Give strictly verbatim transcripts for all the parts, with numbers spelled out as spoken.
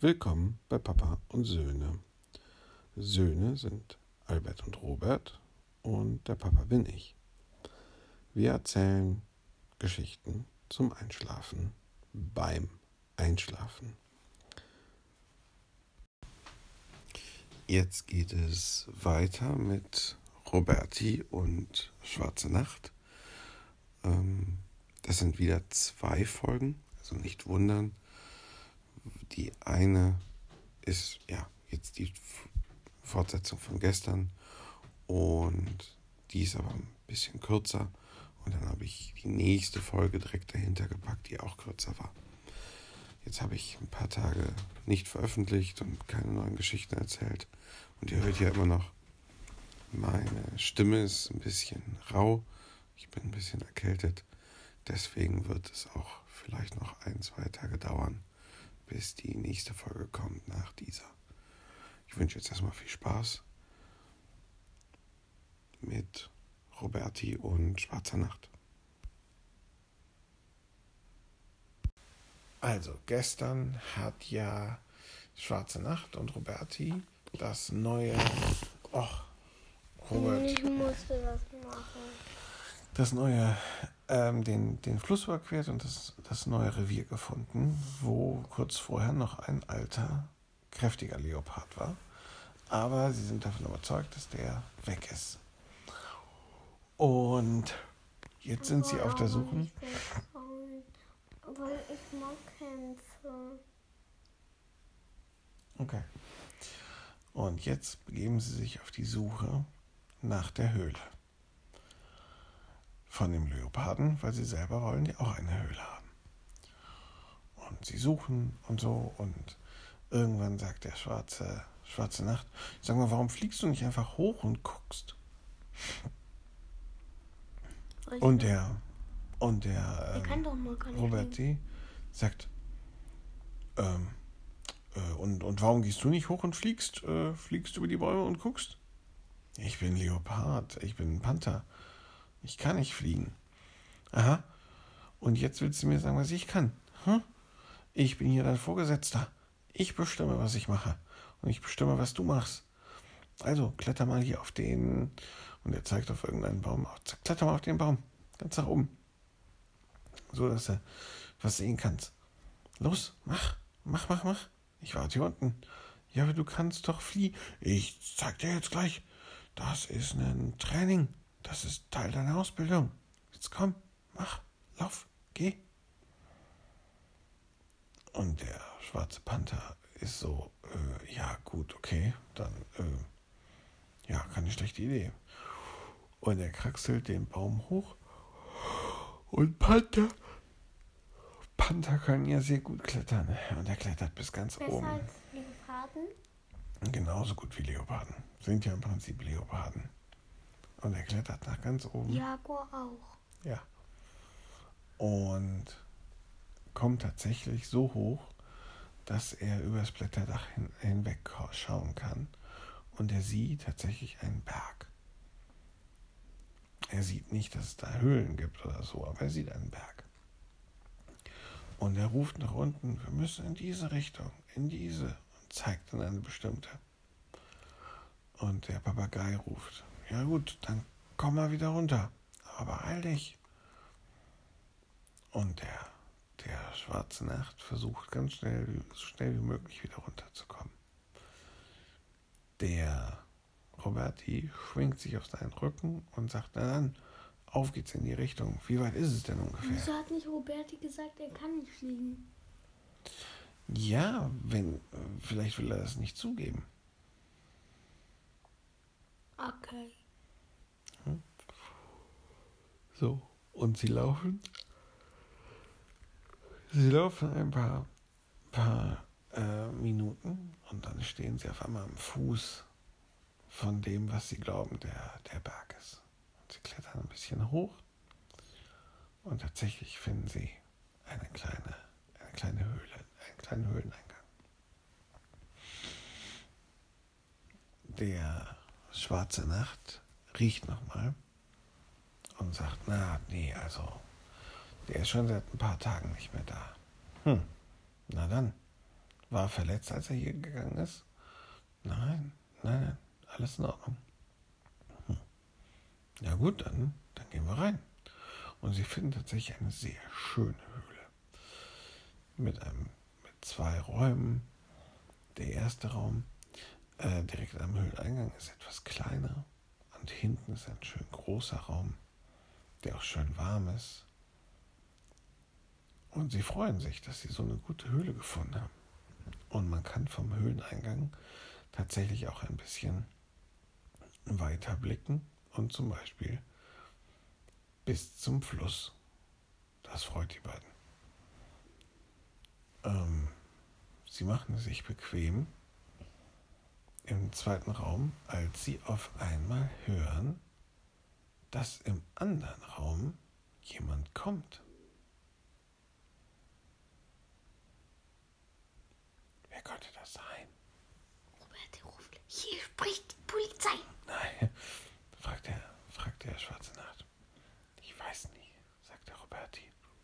Willkommen bei Papa und Söhne. Söhne sind Albert und Robert und der Papa bin ich. Wir erzählen Geschichten zum Einschlafen, beim Einschlafen. Jetzt geht es weiter mit Roberti und Schwarze Nacht. Ähm, das sind wieder zwei Folgen, also nicht wundern. Die eine ist ja jetzt die Fortsetzung von gestern und die ist aber ein bisschen kürzer. Und dann habe ich die nächste Folge direkt dahinter gepackt, die auch kürzer war. Jetzt habe ich ein paar Tage nicht veröffentlicht und keine neuen Geschichten erzählt. Und ihr hört ja immer noch, meine Stimme ist ein bisschen rau. Ich bin ein bisschen erkältet. Deswegen wird es auch vielleicht noch ein, zwei Tage dauern, bis die nächste Folge kommt nach dieser. Ich wünsche jetzt erstmal viel Spaß mit Roberti und Schwarzer Nacht. Also, gestern hat ja Schwarze Nacht und Roberti das neue... Och, Robert. Ich musste das machen. Das neue, ähm, den, den Fluss überquert und das, das neue Revier gefunden, wo kurz vorher noch ein alter, kräftiger Leopard war. Aber sie sind davon überzeugt, dass der weg ist. Und jetzt sind sie auf der Suche. Weil ich mag Kämpfe. Okay. Und jetzt begeben sie sich auf die Suche nach der Höhle von dem Leoparden, weil sie selber wollen ja auch eine Höhle haben. Und sie suchen und so und irgendwann sagt der schwarze, schwarze Nacht, sag mal, warum fliegst du nicht einfach hoch und guckst? Und der, und der ähm, Roberti sagt, ähm, äh, und, und warum gehst du nicht hoch und fliegst, äh, fliegst über die Bäume und guckst? Ich bin Leopard, ich bin ein Panther. Ich kann nicht fliegen. Aha. Und jetzt willst du mir sagen, was ich kann? Hm? Ich bin hier dein Vorgesetzter. Ich bestimme, was ich mache. Und ich bestimme, was du machst. Also, kletter mal hier auf den... Und er zeigt auf irgendeinen Baum. Kletter mal auf den Baum. Ganz nach oben. So, dass du was sehen kannst. Los, mach. Mach, mach, mach. Ich warte hier unten. Ja, aber du kannst doch fliehen. Ich zeig dir jetzt gleich. Das ist ein Training. Das ist Teil deiner Ausbildung. Jetzt komm, mach, lauf, geh. Und der schwarze Panther ist so, äh, ja gut, okay, dann, äh, ja, keine schlechte Idee. Und er kraxelt den Baum hoch. Und Panther, Panther können ja sehr gut klettern. Und er klettert bis ganz Besser oben. als Leoparden? Genauso gut wie Leoparden. Sind ja im Prinzip Leoparden. Und er klettert nach ganz oben. Jaguar auch. Ja. Und kommt tatsächlich so hoch, dass er übers Blätterdach hin, hinweg schauen kann. Und er sieht tatsächlich einen Berg. Er sieht nicht, dass es da Höhlen gibt oder so, aber er sieht einen Berg. Und er ruft nach unten, wir müssen in diese Richtung, in diese, und zeigt in eine bestimmte. Und der Papagei ruft, ja gut, dann komm mal wieder runter, aber eil dich. Und der, der Schwarze Nacht versucht ganz schnell, so schnell wie möglich wieder runterzukommen. Der Roberti schwingt sich auf seinen Rücken und sagt, na dann, auf geht's in die Richtung. Wie weit ist es denn ungefähr? Wieso hat nicht Roberti gesagt, er kann nicht fliegen? Ja, wenn, vielleicht will er das nicht zugeben. Okay. So, und sie laufen. Sie laufen ein paar, paar äh, Minuten und dann stehen sie auf einmal am Fuß von dem, was sie glauben, der, der Berg ist. Und sie klettern ein bisschen hoch und tatsächlich finden sie eine kleine, eine kleine Höhle, einen kleinen Höhleneingang. Der Schwarze Nacht riecht nochmal und sagt, na, nee, also, der ist schon seit ein paar Tagen nicht mehr da. Hm, na dann, War er verletzt, als er hier gegangen ist? Nein, nein, nein, alles in Ordnung. Hm. Ja gut, dann, dann gehen wir rein. Und sie finden tatsächlich eine sehr schöne Höhle. Mit einem, mit zwei Räumen. Der erste Raum, äh, direkt am Höhleneingang, ist etwas kleiner. Und hinten ist ein schön großer Raum, der auch schön warm ist. Und sie freuen sich, dass sie so eine gute Höhle gefunden haben. Und man kann vom Höhleneingang tatsächlich auch ein bisschen weiter blicken und zum Beispiel bis zum Fluss. Das freut die beiden. Ähm, sie machen es sich bequem im zweiten Raum, als sie auf einmal hören, dass im anderen Raum jemand kommt. Wer könnte das sein? Robert ruft, hier spricht die Polizei. Nein, fragt der, fragt der Schwarze Nacht. Ich weiß nicht, sagt der Roberti.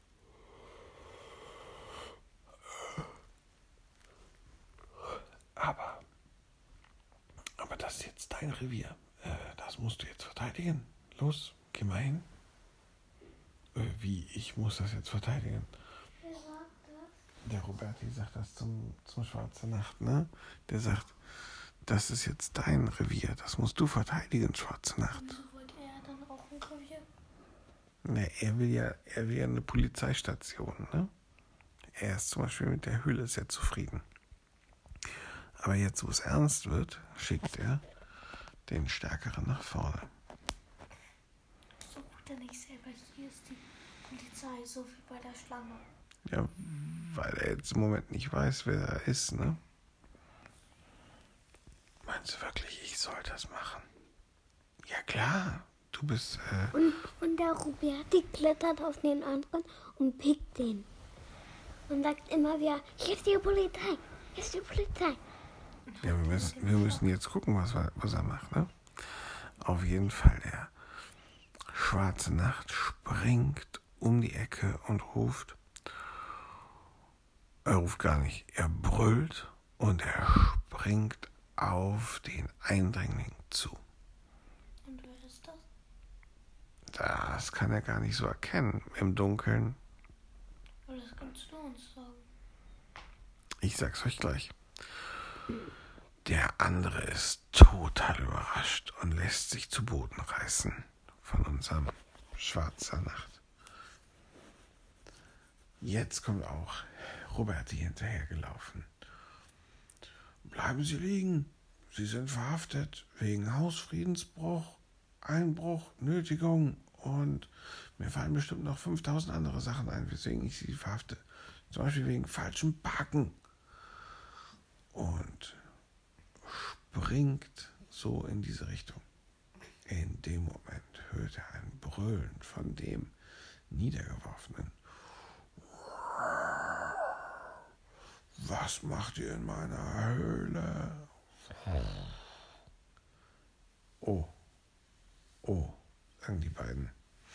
Aber, aber das ist jetzt dein Revier. Äh, das musst du jetzt verteidigen. Los, geh mal hin. Äh, wie, ich muss das jetzt verteidigen? Wer sagt das? Der Roberti sagt das zum, zum Schwarze Nacht, ne? Der sagt, das ist jetzt dein Revier. Das musst du verteidigen, Schwarze Nacht. Und so wollte er dann auch ein Revier? Ne, er will ja, er will ja eine Polizeistation, ne? Er ist zum Beispiel mit der Höhle sehr zufrieden. Aber jetzt, wo es ernst wird, schickt er den Stärkeren nach vorne. So gut er nicht selber. Hier ist die Polizei, so wie bei der Schlange. Ja, weil er jetzt im Moment nicht weiß, wer er ist, ne? Meinst du wirklich, ich soll das machen? Ja klar, du bist... Äh und, und der Roberti klettert auf den anderen und pickt den. Und sagt immer wieder, hier ist die Polizei, hier ist die Polizei. Ja, wir müssen, wir müssen jetzt gucken, was, was er macht, ne? Auf jeden Fall, der Schwarze Nacht springt um die Ecke und ruft. Er ruft gar nicht, er brüllt und er springt auf den Eindringling zu. Und wer ist das? Das kann er gar nicht so erkennen im Dunkeln. Aber das kannst du uns sagen. Ich sag's euch gleich. Der andere ist total überrascht und lässt sich zu Boden reißen von unserem Schwarzer Nacht. Jetzt kommt auch Roberti hinterhergelaufen. Bleiben Sie liegen. Sie sind verhaftet wegen Hausfriedensbruch, Einbruch, Nötigung und mir fallen bestimmt noch fünftausend andere Sachen ein, weswegen ich Sie verhafte. Zum Beispiel wegen falschem Parken. Und springt so in diese Richtung. In dem Moment hört er ein Brüllen von dem Niedergeworfenen. Was macht ihr in meiner Höhle? Oh, oh, sagen die beiden.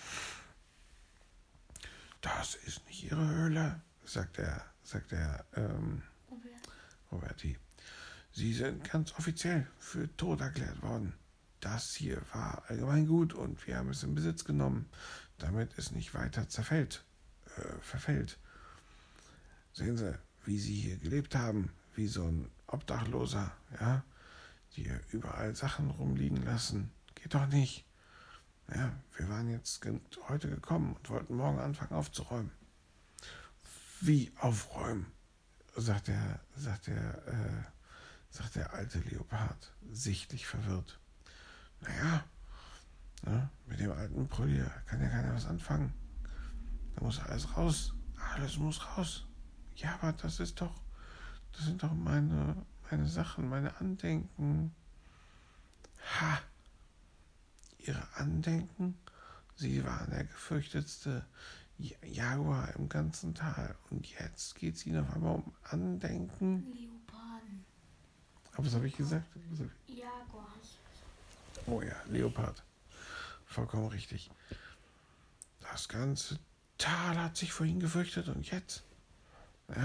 Das ist nicht ihre Höhle, sagt er, sagt er, ähm, Roberti. Sie sind ganz offiziell für tot erklärt worden. Das hier war Allgemeingut und wir haben es in Besitz genommen, damit es nicht weiter zerfällt, äh, verfällt. Sehen Sie, wie Sie hier gelebt haben, wie so ein Obdachloser, ja, die hier überall Sachen rumliegen lassen. Geht doch nicht. Ja, wir waren jetzt heute gekommen und wollten morgen anfangen aufzuräumen. Wie aufräumen? Sagt der, sagt der, äh, sagt der alte Leopard, sichtlich verwirrt. Naja, ne, mit dem alten Brüllier kann ja keiner was anfangen. Da muss alles raus. Alles muss raus. Ja, aber das ist doch, das sind doch meine, meine Sachen, meine Andenken. Ha! Ihre Andenken? Sie waren der gefürchtetste Jaguar im ganzen Tal. Und jetzt geht es Ihnen auf einmal um Andenken? Leoparden. Aber was habe ich gesagt? Jaguar. Oh ja, Leopard. Vollkommen richtig. Das ganze Tal hat sich vor Ihnen gefürchtet und jetzt, ja,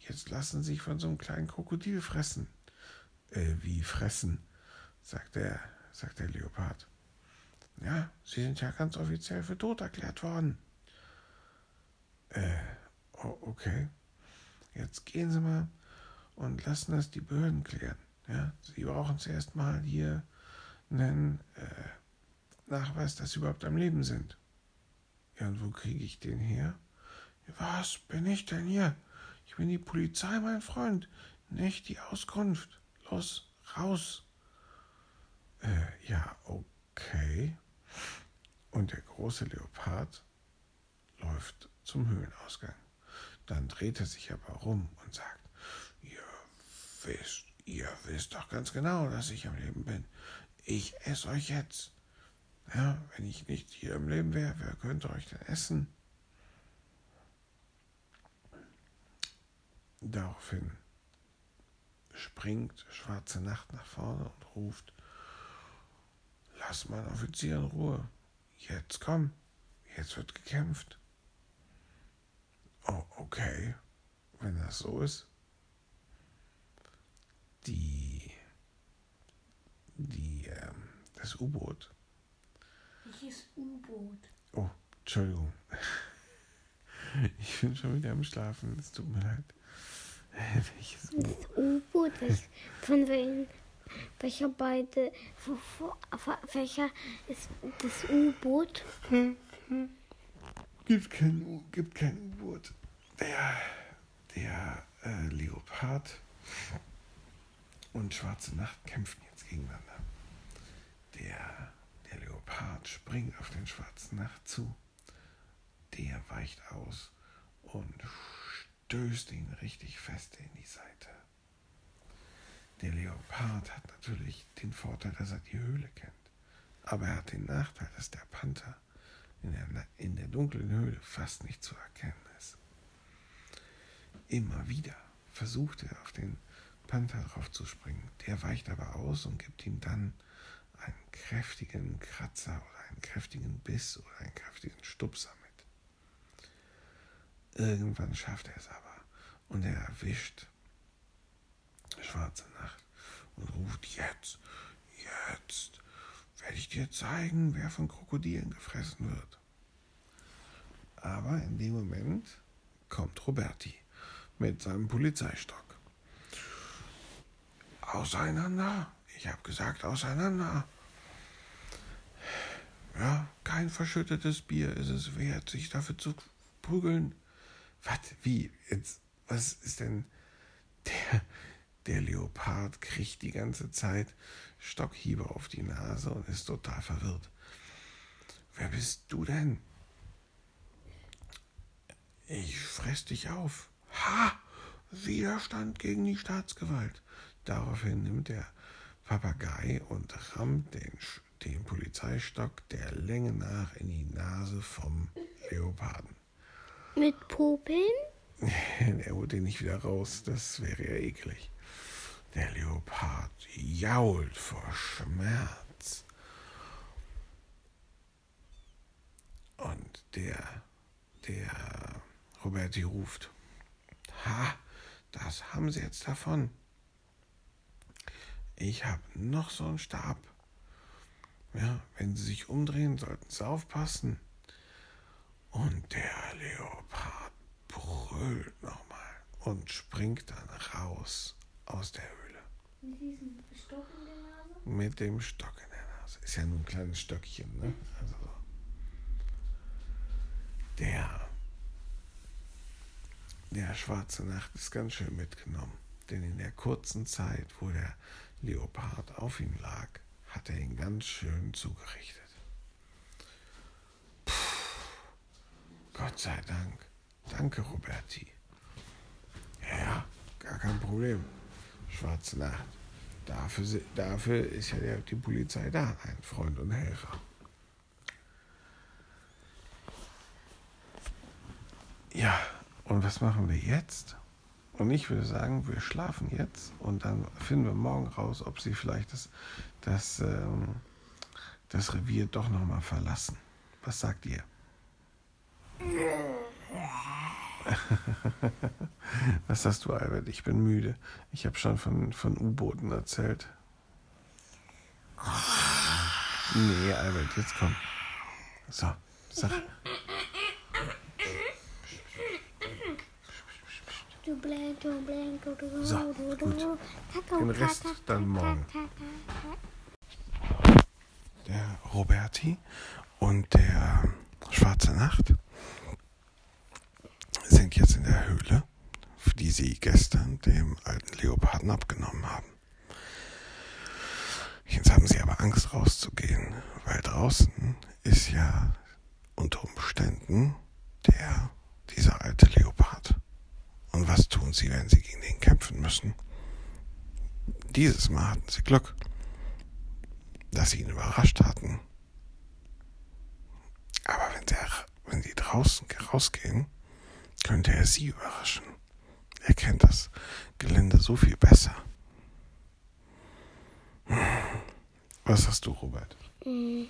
jetzt lassen Sie sich von so einem kleinen Krokodil fressen. Äh, wie fressen, sagt der, sagt der Leopard. Ja, Sie sind ja ganz offiziell für tot erklärt worden. Äh, oh, okay. Jetzt gehen Sie mal und lassen das die Behörden klären. Ja, Sie brauchen zuerst mal hier einen äh, Nachweis, dass Sie überhaupt am Leben sind. Ja, und wo kriege ich den her? Was bin ich denn hier? Ich bin die Polizei, mein Freund, nicht die Auskunft. Los, raus. Äh, ja, okay. Und der große Leopard läuft zum Höhlenausgang. Dann dreht er sich aber rum und sagt, ihr wisst, ihr wisst doch ganz genau, dass ich am Leben bin. Ich esse euch jetzt. Ja, wenn ich nicht hier im Leben wäre, wer könnte euch denn essen? Daraufhin springt Schwarze Nacht nach vorne und ruft, lass mal Offizier in Ruhe. Jetzt komm, jetzt wird gekämpft. Oh, okay, wenn das so ist. Die, die, ähm, das U-Boot. Welches U-Boot? Oh, Entschuldigung. Ich bin schon wieder am Schlafen, es tut mir leid. Welches U-Boot? Das U-Boot, von welchen, welcher beide, welcher ist das U-Boot? Gibt kein U, gibt kein U-Boot. Der, der äh, Leopard und Schwarze Nacht kämpfen jetzt gegeneinander. Der, der Leopard springt auf den Schwarzen Nacht zu. Der weicht aus und stößt ihn richtig fest in die Seite. Der Leopard hat natürlich den Vorteil, dass er die Höhle kennt. Aber er hat den Nachteil, dass der Panther in der, in der dunklen Höhle fast nicht zu erkennen ist. Immer wieder versucht er, auf den Panther draufzuspringen. Der weicht aber aus und gibt ihm dann einen kräftigen Kratzer oder einen kräftigen Biss oder einen kräftigen Stupser mit. Irgendwann schafft er es aber und er erwischt Schwarze Nacht und ruft, jetzt, jetzt werde ich dir zeigen, wer von Krokodilen gefressen wird. Aber in dem Moment kommt Roberti mit seinem Polizeistock. Auseinander, ich habe gesagt auseinander. Ja, kein verschüttetes Bier ist es wert, sich dafür zu prügeln. Was, wie, jetzt, was ist denn der, der Leopard kriegt die ganze Zeit Stockhiebe auf die Nase und ist total verwirrt. Wer bist du denn? Ich fress dich auf. Ha! Widerstand gegen die Staatsgewalt. Daraufhin nimmt der Papagei und rammt den, den Polizeistock der Länge nach in die Nase vom Leoparden. Mit Popeln? Er holt den nicht wieder raus, das wäre ja eklig. Der Leopard jault vor Schmerz. Und der, der Roberti ruft, ha, das haben sie jetzt davon. Ich habe noch so einen Stab. Ja, wenn sie sich umdrehen, sollten sie aufpassen. Und der Leopard brüllt nochmal und springt dann raus aus der Höhle. Mit diesem Stock in der Nase? Mit dem Stock in der Nase. Ist ja nur ein kleines Stöckchen, ne? Also der, der Schwarze Nacht ist ganz schön mitgenommen. Denn in der kurzen Zeit, wo der Leopard auf ihm lag, hat er ihn ganz schön zugerichtet. Puh, Gott sei Dank. Danke, Roberti. Ja, ja, gar kein Problem. Schwarze Nacht. Dafür, dafür ist ja der, die Polizei da, ein Freund und Helfer. Ja, und was machen wir jetzt? Und ich würde sagen, wir schlafen jetzt und dann finden wir morgen raus, ob sie vielleicht das, das, ähm, das Revier doch nochmal verlassen. Was sagt ihr? Was hast du, Albert? Ich bin müde. Ich habe schon von, von U-Booten erzählt. Nee, Albert, jetzt komm. So, sag. So, gut. Den Rest dann morgen. Der Roberti und der Schwarze Nacht sind jetzt in der Höhle, die sie gestern dem alten Leoparden abgenommen haben. Jetzt haben sie aber Angst rauszugehen, weil draußen ist ja unter Umständen der, dieser alte Leopard. Und was tun sie, wenn sie gegen den kämpfen müssen? Dieses Mal hatten sie Glück, dass sie ihn überrascht hatten. Aber wenn sie, wenn sie draußen rausgehen, könnte er sie überraschen. Er kennt das Gelände so viel besser. Was hast du, Robert? Mm.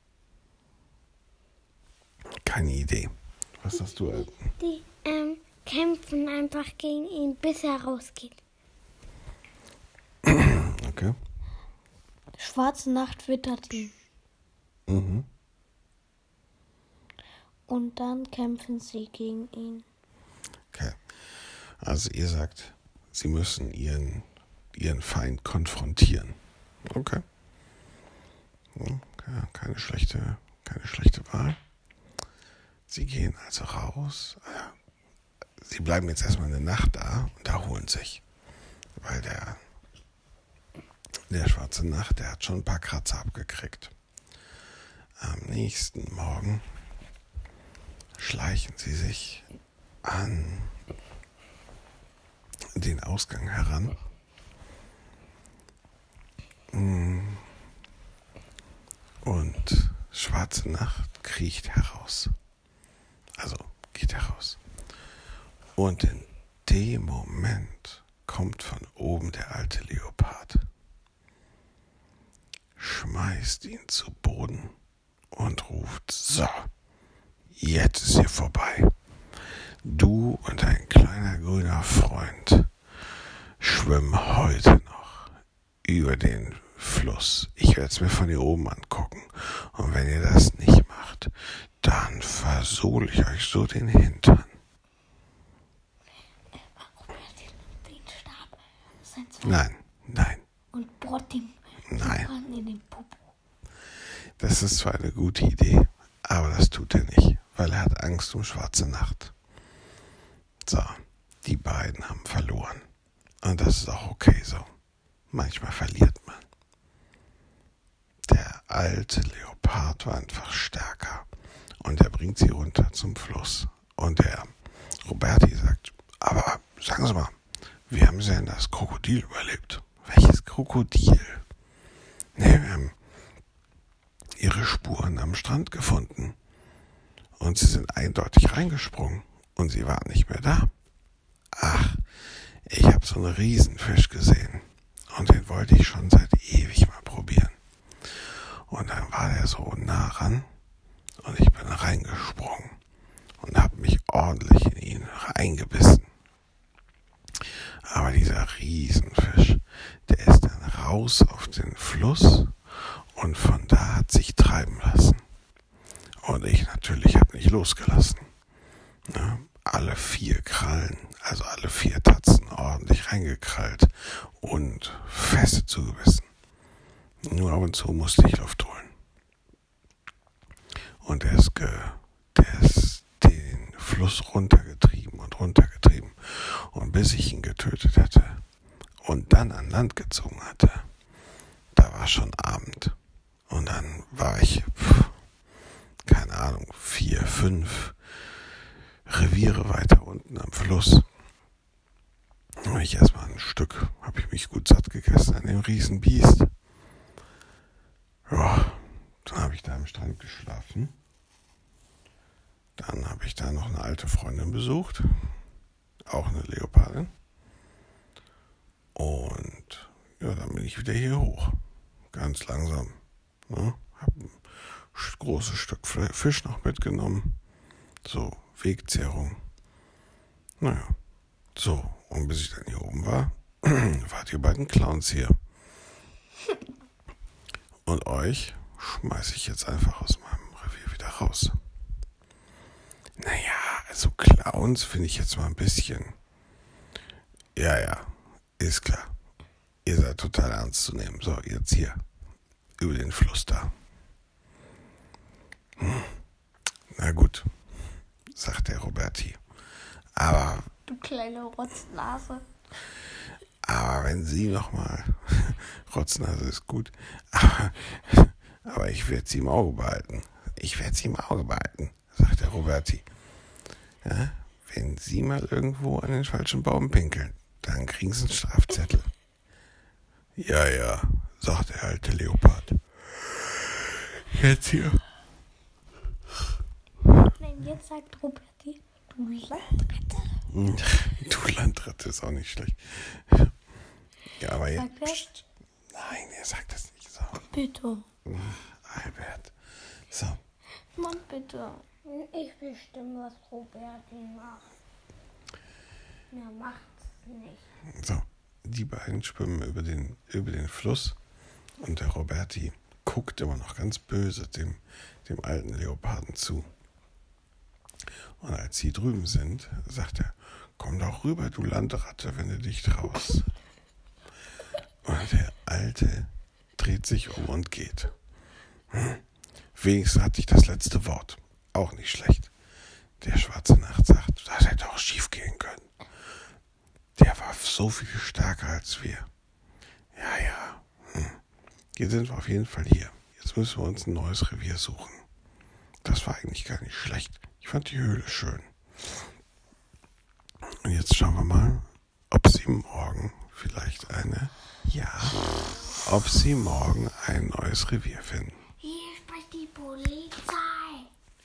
Keine Idee. Was hast du, Elton? Die ähm, kämpfen einfach gegen ihn, bis er rausgeht. Okay. Schwarze Nacht wittert ihn. Mhm. Und dann kämpfen sie gegen ihn. Okay. Also ihr sagt, sie müssen ihren, ihren Feind konfrontieren. Okay. Okay. Keine schlechte, keine schlechte Wahl. Sie gehen also raus. Sie bleiben jetzt erstmal eine Nacht da und erholen sich. Weil der, der Schwarze Nacht, der hat schon ein paar Kratzer abgekriegt. Am nächsten Morgen schleichen sie sich an den Ausgang heran. Und Schwarze Nacht kriecht heraus. Also geht heraus. Und in dem Moment kommt von oben der alte Leopard, schmeißt ihn zu Boden und ruft: So, jetzt ist hier vorbei. Du und dein kleiner grüner Freund schwimmen heute noch über den Fluss. Ich werde es mir von hier oben angucken. Und wenn ihr das nicht macht, dann versohle ich euch so den Hintern. Nein, nein. Und bohrt ihm nein. in den Popo. Das ist zwar eine gute Idee, aber das tut er nicht, weil er hat Angst um Schwarze Nacht. So, die beiden haben verloren. Und das ist auch okay so. Manchmal verliert man. Der alte Leopard war einfach stärker. Und er bringt sie runter zum Fluss. Und der Roberti sagt: Aber sagen Sie mal, wie haben Sie denn das Krokodil überlebt? Welches Krokodil? Ne, wir haben Ihre Spuren am Strand gefunden. Und Sie sind eindeutig reingesprungen. Und Sie waren nicht mehr da. Ach, ich habe so einen Riesenfisch gesehen. Und den wollte ich schon seit ewig mal probieren. Und dann war der so nah ran. Und ich bin reingesprungen. Und habe mich ordentlich in ihn reingebissen. Aber dieser Riesenfisch, der ist dann raus auf den Fluss. Und von da hat sich treiben lassen. Und ich natürlich habe nicht losgelassen. Ja, alle vier Krallen, also alle vier Tatzen ordentlich reingekrallt und feste zugebissen. Nur ab und zu musste ich Luft holen. Und er ist, ge, der ist den Fluss runtergetrieben und runtergetrieben. Und bis ich ihn getötet hatte und dann an Land gezogen hatte, da war schon Abend. Und dann war ich, pff, keine Ahnung, vier, fünf Reviere weiter unten am Fluss. Da habe ich erstmal ein Stück, habe ich mich gut satt gegessen an dem Riesenbiest. Ja, dann habe ich da am Strand geschlafen. Dann habe ich da noch eine alte Freundin besucht, auch eine Leopardin. Und ja, dann bin ich wieder hier hoch, ganz langsam. Ne? Habe ein großes Stück Fisch noch mitgenommen, so Wegzehrung. Naja, so, und bis ich dann hier oben war, wart ihr beiden Clowns hier. Und euch schmeiße ich jetzt einfach aus meinem Revier wieder raus. Naja, also Clowns finde ich jetzt mal ein bisschen. Ja, ja, ist klar. Ihr seid total ernst zu nehmen. So, jetzt hier, über den Fluss da. Hm. Na gut, sagt der Roberti. Aber... Du kleine Rotznase. Aber wenn Sie nochmal... Rotznase ist gut. Aber, aber ich werde Sie im Auge behalten. Ich werde Sie im Auge behalten, sagt der Roberti. Ja, wenn Sie mal irgendwo an den falschen Baum pinkeln, dann kriegen Sie einen Strafzettel. Ja, ja, sagt der alte Leopard. Jetzt hier. Nein, jetzt sagt Roberti, du Landratte. Du Landratte ist auch nicht schlecht. Ja, aber jetzt... Psst. Nein, er sagt das nicht so. Bitte. Albert. So. Mann, bitte. Ich bestimme, was Roberti macht. Er macht's nicht. So, die beiden schwimmen über den, über den Fluss und der Roberti guckt immer noch ganz böse dem, dem alten Leoparden zu. Und als sie drüben sind, sagt er, komm doch rüber, du Landratte, wenn du dich traust. Und der Alte dreht sich um und geht. Hm. Wenigstens hatte ich das letzte Wort. Auch nicht schlecht. Der schwarze Nacht sagt, das hätte auch schief gehen können. Der war so viel stärker als wir. Ja, ja. Hm. Jetzt sind wir auf jeden Fall hier. Jetzt müssen wir uns ein neues Revier suchen. Das war eigentlich gar nicht schlecht. Ich fand die Höhle schön. Und jetzt schauen wir mal, ob sie morgen vielleicht eine, ja, ob sie morgen ein neues Revier finden. Hier spricht die Polizei.